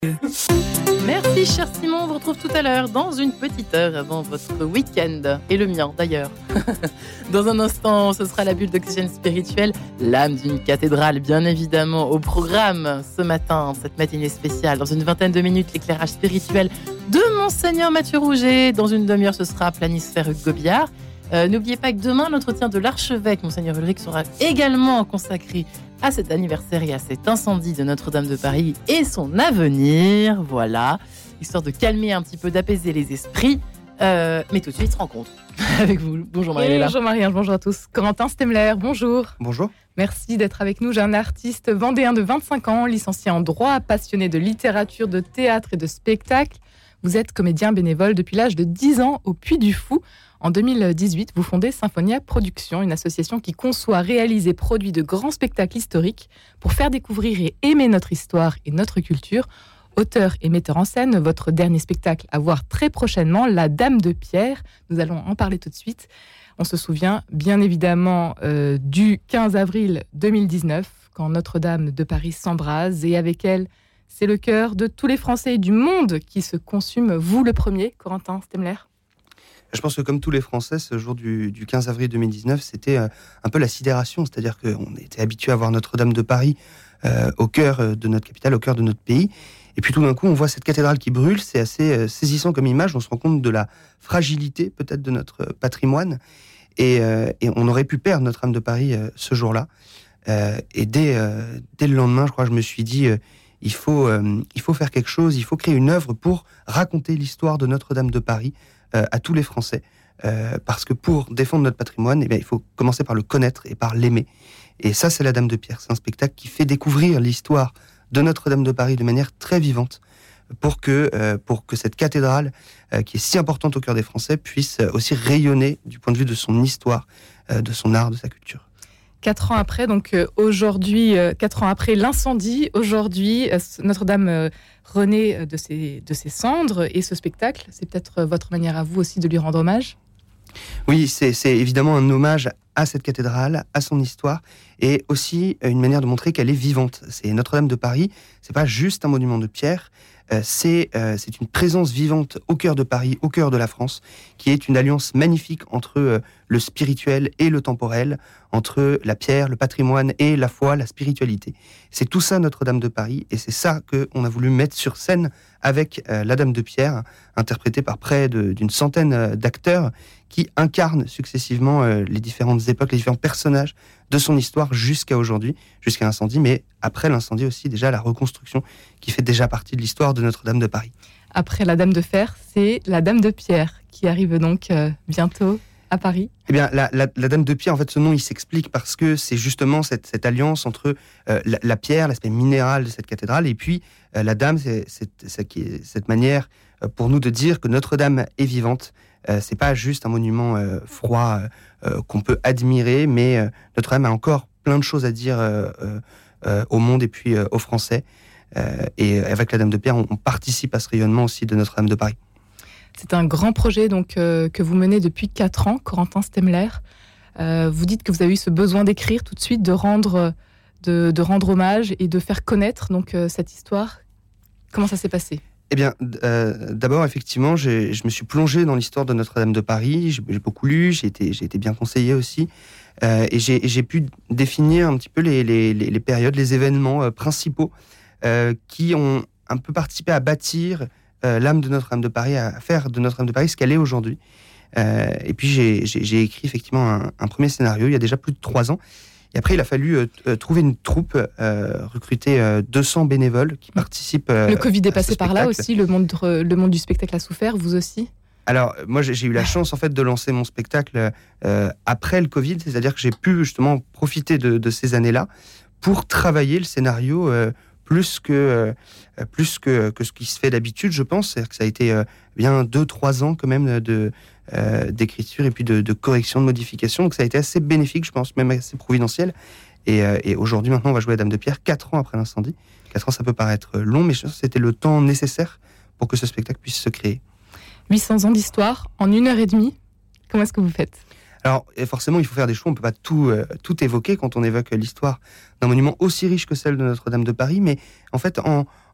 Merci cher Simon, on vous retrouve tout à l'heure dans une petite heure avant votre week-end, et le mien d'ailleurs. Dans un instant, ce sera la bulle d'oxygène spirituelle, l'âme d'une cathédrale bien évidemment au programme ce matin, cette matinée spéciale. Dans une vingtaine de minutes, l'éclairage spirituel de Monseigneur Mathieu Rouget. Dans une demi-heure, ce sera Planisphère Hugues Gobillard. N'oubliez pas que demain, l'entretien de l'archevêque Monseigneur Ulrich sera également consacré à cet anniversaire et à cet incendie de Notre-Dame de Paris et son avenir. Voilà, histoire de calmer un petit peu, d'apaiser les esprits. Mais tout de suite, rencontre avec vous. Bonjour Marie-Léla. Bonjour Marianne, bonjour à tous. Corentin Stemler, bonjour. Bonjour. Merci d'être avec nous. J'ai un artiste vendéen de 25 ans, licencié en droit, passionné de littérature, de théâtre et de spectacle. Vous êtes comédien bénévole depuis l'âge de 10 ans au Puy du Fou. En 2018, vous fondez Symphonia Productions, une association qui conçoit, réalise et produit de grands spectacles historiques pour faire découvrir et aimer notre histoire et notre culture. Auteur et metteur en scène, votre dernier spectacle à voir très prochainement, La Dame de Pierre. Nous allons en parler tout de suite. On se souvient bien évidemment du 15 avril 2019, quand Notre-Dame de Paris s'embrase, et avec elle, c'est le cœur de tous les Français et du monde qui se consume. Vous le premier, Corentin Stemler. Je pense que comme tous les Français, ce jour du 15 avril 2019, c'était un peu la sidération. C'est-à-dire qu'on était habitué à voir Notre-Dame de Paris au cœur de notre capitale, au cœur de notre pays. Et puis tout d'un coup, on voit cette cathédrale qui brûle. C'est assez saisissant comme image. On se rend compte de la fragilité peut-être de notre patrimoine. Et on aurait pu perdre Notre-Dame de Paris ce jour-là. Et dès le lendemain, je crois, je me suis dit... il faut faire quelque chose, il faut créer une œuvre pour raconter l'histoire de Notre-Dame de Paris à tous les Français. Parce que pour défendre notre patrimoine, il faut commencer par le connaître et par l'aimer. Et ça, c'est La Dame de Pierre. C'est un spectacle qui fait découvrir l'histoire de Notre-Dame de Paris de manière très vivante pour que cette cathédrale, qui est si importante au cœur des Français, puisse aussi rayonner du point de vue de son histoire, de son art, de sa culture. 4 ans après, donc aujourd'hui, 4 ans après l'incendie, aujourd'hui, Notre-Dame renaît de ses cendres, et ce spectacle, c'est peut-être votre manière à vous aussi de lui rendre hommage ? Oui, c'est évidemment un hommage à cette cathédrale, à son histoire, et aussi une manière de montrer qu'elle est vivante. C'est Notre-Dame de Paris, c'est pas juste un monument de pierre, c'est une présence vivante au cœur de Paris, au cœur de la France, qui est une alliance magnifique entre le spirituel et le temporel, entre la pierre, le patrimoine et la foi, la spiritualité. C'est tout ça Notre-Dame de Paris, et c'est ça qu'on a voulu mettre sur scène avec la Dame de Pierre, interprétée par près d'une centaine d'acteurs qui incarnent successivement les différentes époques, les différents personnages de son histoire jusqu'à aujourd'hui, jusqu'à l'incendie, mais après l'incendie aussi déjà la reconstruction qui fait déjà partie de l'histoire de Notre-Dame de Paris. Après la Dame de Fer, c'est la Dame de Pierre qui arrive donc bientôt à Paris. Eh bien, la Dame de Pierre, en fait, ce nom, il s'explique parce que c'est justement cette alliance entre la pierre, l'aspect minéral de cette cathédrale, et puis la Dame, c'est cette manière pour nous de dire que Notre-Dame est vivante. C'est pas juste un monument froid qu'on peut admirer, mais Notre-Dame a encore plein de choses à dire au monde et puis aux Français. Et avec la Dame de Pierre, on participe à ce rayonnement aussi de Notre-Dame de Paris. C'est un grand projet donc, que vous menez depuis 4 ans, Corentin Stemler. Vous dites que vous avez eu ce besoin d'écrire tout de suite, de rendre hommage et de faire connaître donc, cette histoire. Comment ça s'est passé ? Eh bien, d'abord, effectivement, je me suis plongé dans l'histoire de Notre-Dame de Paris. J'ai beaucoup lu, j'ai été bien conseillé aussi. Et j'ai pu définir un petit peu les périodes, les événements principaux qui ont un peu participé à bâtir l'âme de Notre-Dame de Paris, à faire de Notre-Dame de Paris ce qu'elle est aujourd'hui. Et puis, j'ai écrit effectivement un premier scénario il y a déjà plus de 3 ans. Et après, il a fallu trouver une troupe, recruter 200 bénévoles qui participent. Le Covid est passé par là aussi, le monde du spectacle a souffert, vous aussi ? Alors, moi, j'ai eu la chance en fait de lancer mon spectacle après le Covid, c'est-à-dire que j'ai pu justement profiter de ces années-là pour travailler le scénario plus que ce qui se fait d'habitude, je pense. C'est-à-dire que ça a été bien 2-3 ans quand même d'écriture et puis de correction, de modification. Donc ça a été assez bénéfique, je pense, même assez providentiel. Et aujourd'hui, maintenant, on va jouer à Dame de Pierre 4 ans après l'incendie. 4 ans, ça peut paraître long, mais je pense que c'était le temps nécessaire pour que ce spectacle puisse se créer. 800 ans d'histoire en 1h30. Comment est-ce que vous faites ? Alors, forcément, il faut faire des choix. On ne peut pas tout évoquer quand on évoque l'histoire d'un monument aussi riche que celle de Notre-Dame de Paris. Mais en fait, en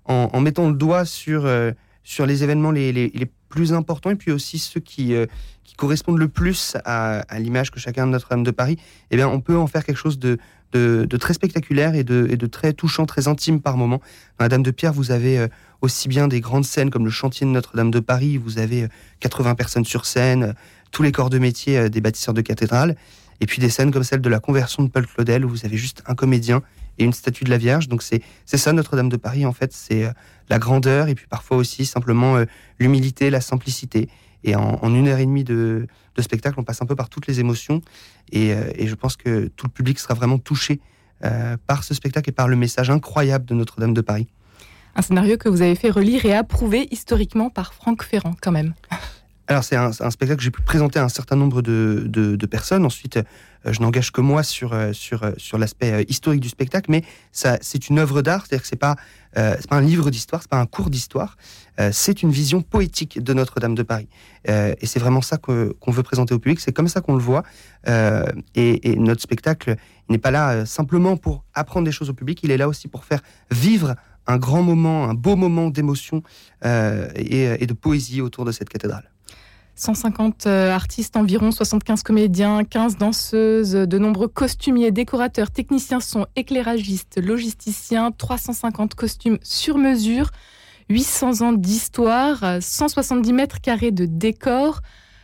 en mettant le doigt sur les événements les plus importants et puis aussi ceux qui correspondent le plus à l'image que chacun de Notre-Dame de Paris, eh bien, on peut en faire quelque chose de très spectaculaire et de très touchant, très intime par moment. Dans la Dame de Pierre, vous avez aussi bien des grandes scènes comme le chantier de Notre-Dame de Paris, vous avez 80 personnes sur scène, tous les corps de métier des bâtisseurs de cathédrales, et puis des scènes comme celle de la conversion de Paul Claudel, où vous avez juste un comédien et une statue de la Vierge. Donc c'est ça Notre-Dame de Paris, en fait, c'est la grandeur, et puis parfois aussi simplement l'humilité, la simplicité. Et en 1h30 de spectacle, on passe un peu par toutes les émotions, et je pense que tout le public sera vraiment touché par ce spectacle et par le message incroyable de Notre-Dame de Paris. Un scénario que vous avez fait relire et approuver historiquement par Franck Ferrand, quand même. Alors, c'est un spectacle que j'ai pu présenter à un certain nombre de personnes. Ensuite, je n'engage que moi sur l'aspect historique du spectacle, mais c'est une œuvre d'art, c'est-à-dire que c'est pas un livre d'histoire, c'est pas un cours d'histoire, c'est une vision poétique de Notre-Dame de Paris. Et c'est vraiment ça qu'on veut présenter au public, c'est comme ça qu'on le voit. Et notre spectacle, il n'est pas là simplement pour apprendre des choses au public, il est là aussi pour faire vivre un grand moment, un beau moment d'émotion et de poésie autour de cette cathédrale. 150 artistes environ, 75 comédiens, 15 danseuses, de nombreux costumiers, décorateurs, techniciens son, éclairagistes, logisticiens, 350 costumes sur mesure, 800 ans d'histoire, 170 mètres carrés de décor.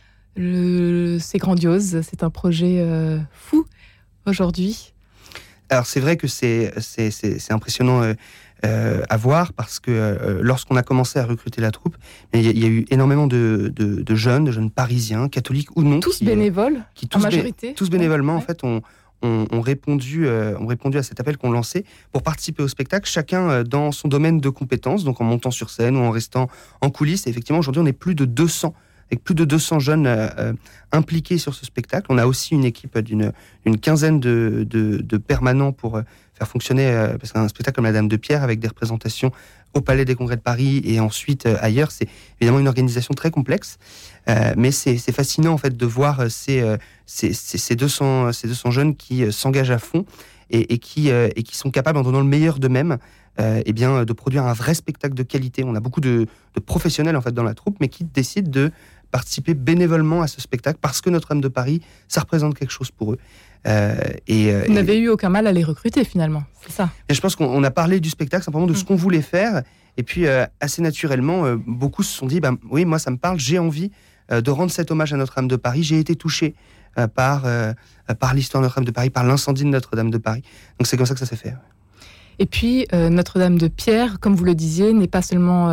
C'est grandiose, c'est un projet fou aujourd'hui. Alors c'est vrai que c'est impressionnant à voir, parce que lorsqu'on a commencé à recruter la troupe, il y a eu énormément de jeunes parisiens, catholiques ou non, tous bénévoles, en majorité. Tous bénévolement, en fait, ont répondu à cet appel qu'on lançait pour participer au spectacle, chacun dans son domaine de compétences, donc en montant sur scène ou en restant en coulisses. Et effectivement, aujourd'hui, on est plus de 200, avec plus de 200 jeunes impliqués sur ce spectacle. On a aussi une équipe d'une quinzaine de permanents pour faire fonctionner, parce qu'un spectacle comme la Dame de Pierre, avec des représentations au Palais des Congrès de Paris et ensuite ailleurs, c'est évidemment une organisation très complexe, mais c'est fascinant en fait de voir ces 200 jeunes qui s'engagent à fond et qui sont capables, en donnant le meilleur d'eux-mêmes, de produire un vrai spectacle de qualité. On a beaucoup de professionnels en fait dans la troupe, mais qui décident de participer bénévolement à ce spectacle parce que Notre-Dame de Paris, ça représente quelque chose pour eux. Vous n'avez eu aucun mal à les recruter finalement, c'est ça? Et je pense qu'on a parlé du spectacle, simplement de ce qu'on voulait faire, et puis assez naturellement, beaucoup se sont dit, oui, moi ça me parle, j'ai envie de rendre cet hommage à Notre-Dame de Paris, j'ai été touché par l'histoire de Notre-Dame de Paris, par l'incendie de Notre-Dame de Paris. Donc c'est comme ça que ça s'est fait. Et puis Notre-Dame de Pierre, comme vous le disiez, n'est pas seulement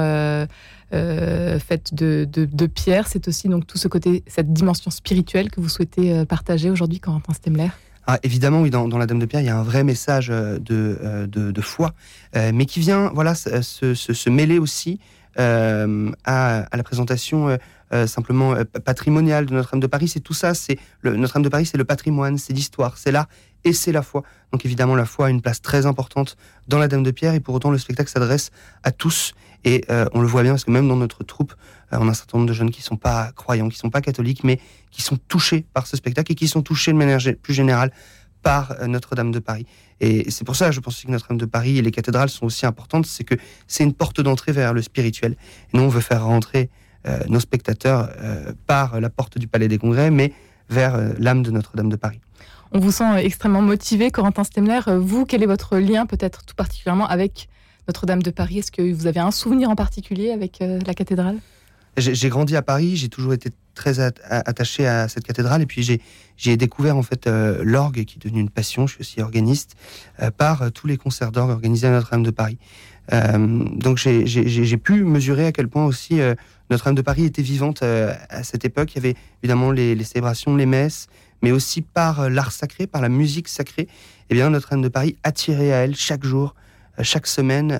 faite de pierre, c'est aussi donc tout ce côté, cette dimension spirituelle que vous souhaitez partager aujourd'hui, Corentin Stemler. Ah, évidemment, oui, dans la Dame de Pierre, il y a un vrai message de foi, mais qui vient se mêler aussi à la présentation simplement patrimoniale de Notre-Dame de Paris. C'est tout ça, Notre-Dame de Paris, c'est le patrimoine, c'est l'histoire, c'est l'art et c'est la foi. Donc évidemment, la foi a une place très importante dans la Dame de Pierre, et pour autant, le spectacle s'adresse à tous. Et on le voit bien, parce que même dans notre troupe, on a un certain nombre de jeunes qui ne sont pas croyants, qui ne sont pas catholiques, mais qui sont touchés par ce spectacle et qui sont touchés de manière plus générale par Notre-Dame de Paris. Et c'est pour ça, je pense que Notre-Dame de Paris et les cathédrales sont aussi importantes, c'est que c'est une porte d'entrée vers le spirituel. Et nous, on veut faire rentrer nos spectateurs par la porte du Palais des Congrès, mais vers l'âme de Notre-Dame de Paris. On vous sent extrêmement motivé, Corentin Stemler. Vous, quel est votre lien, peut-être tout particulièrement, avec Notre-Dame de Paris? Est-ce que vous avez un souvenir en particulier avec la cathédrale? J'ai grandi à Paris, j'ai toujours été très attaché à cette cathédrale, et puis j'ai découvert en fait l'orgue, qui est devenu une passion. Je suis aussi organiste par tous les concerts d'orgue organisés à Notre-Dame de Paris. Donc j'ai pu mesurer à quel point aussi Notre-Dame de Paris était vivante à cette époque. Il y avait évidemment les célébrations, les messes, mais aussi par l'art sacré, par la musique sacrée. Et bien Notre-Dame de Paris attirait à elle chaque jour, chaque semaine,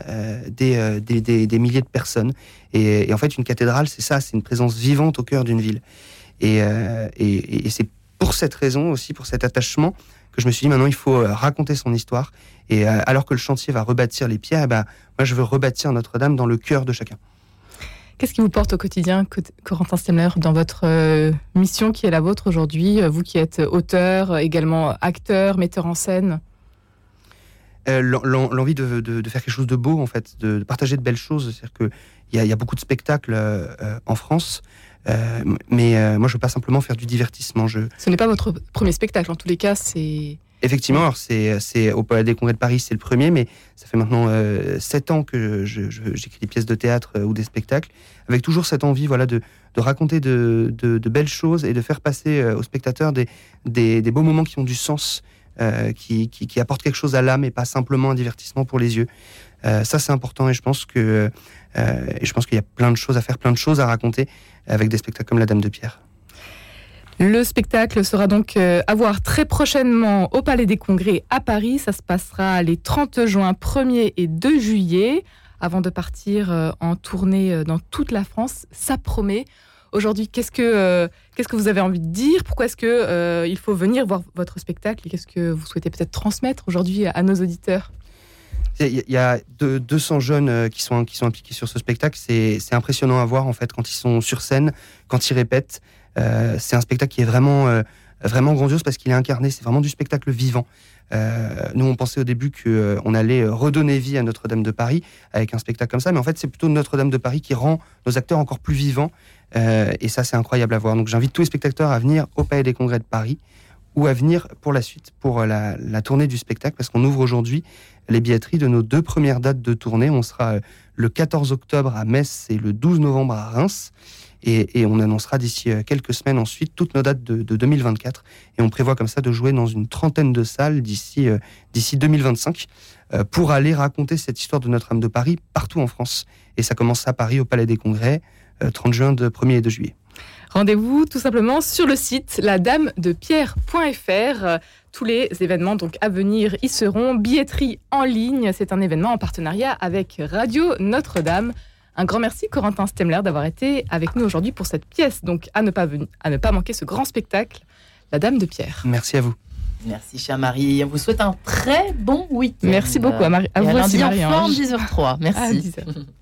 des milliers de personnes. Et en fait, une cathédrale, c'est ça, c'est une présence vivante au cœur d'une ville. Et c'est pour cette raison aussi, pour cet attachement, que je me suis dit, maintenant, il faut raconter son histoire. Et alors que le chantier va rebâtir les pierres, moi, je veux rebâtir Notre-Dame dans le cœur de chacun. Qu'est-ce qui vous porte au quotidien, Corentin Stemler, dans votre mission qui est la vôtre aujourd'hui, vous qui êtes auteur, également acteur, metteur en scène? l'envie de faire quelque chose de beau, en fait, de partager de belles choses. C'est-à-dire qu'il y a beaucoup de spectacles en France, mais moi, je veux pas simplement faire du divertissement. Ce n'est pas votre premier spectacle, en tous les cas, c'est... Effectivement, alors c'est au Palais des Congrès de Paris, c'est le premier, mais ça fait maintenant 7 ans que j'écris des pièces de théâtre ou des spectacles, avec toujours cette envie, voilà, de raconter de belles choses et de faire passer aux spectateurs des beaux moments qui ont du sens, qui apportent quelque chose à l'âme et pas simplement un divertissement pour les yeux. Ça, c'est important, et je pense qu'il y a plein de choses à faire, plein de choses à raconter avec des spectacles comme La Dame de Pierre. Le spectacle sera donc à voir très prochainement au Palais des Congrès à Paris. Ça se passera les 30 juin, 1er et 2 juillet, avant de partir en tournée dans toute la France. Ça promet. Aujourd'hui, qu'est-ce que vous avez envie de dire ? Pourquoi est-ce qu'il faut venir voir votre spectacle ? Et qu'est-ce que vous souhaitez peut-être transmettre aujourd'hui à nos auditeurs ? Il y a 200 jeunes qui sont impliqués sur ce spectacle. C'est impressionnant à voir, en fait, quand ils sont sur scène, quand ils répètent. C'est un spectacle qui est vraiment grandiose parce qu'il est incarné, c'est vraiment du spectacle vivant. Nous, on pensait au début qu'on allait redonner vie à Notre-Dame de Paris avec un spectacle comme ça, mais en fait, c'est plutôt Notre-Dame de Paris qui rend nos acteurs encore plus vivants, et ça, c'est incroyable à voir. Donc, j'invite tous les spectateurs à venir au Palais des Congrès de Paris ou à venir pour la suite, pour la tournée du spectacle, parce qu'on ouvre aujourd'hui les billetteries de nos 2 premières dates de tournée. On sera le 14 octobre à Metz et le 12 novembre à Reims. Et on annoncera d'ici quelques semaines ensuite toutes nos dates de 2024. Et on prévoit comme ça de jouer dans une 30aine de salles d'ici 2025 pour aller raconter cette histoire de Notre-Dame de Paris partout en France. Et ça commence à Paris, au Palais des Congrès, 30 juin, de 1er et 2 juillet. Rendez-vous tout simplement sur le site ladamedepierre.fr. Tous les événements donc à venir y seront. Billetterie en ligne, c'est un événement en partenariat avec Radio Notre-Dame. Un grand merci, Corentin Stemler, d'avoir été avec nous aujourd'hui pour cette pièce. Donc, à ne pas manquer ce grand spectacle, La Dame de Pierre. Merci à vous. Merci, chère Marie. On vous souhaite un très bon week-end. Merci beaucoup à vous aussi, Marie. Marie-Ange. En forme, 10h03. Merci. À 10h.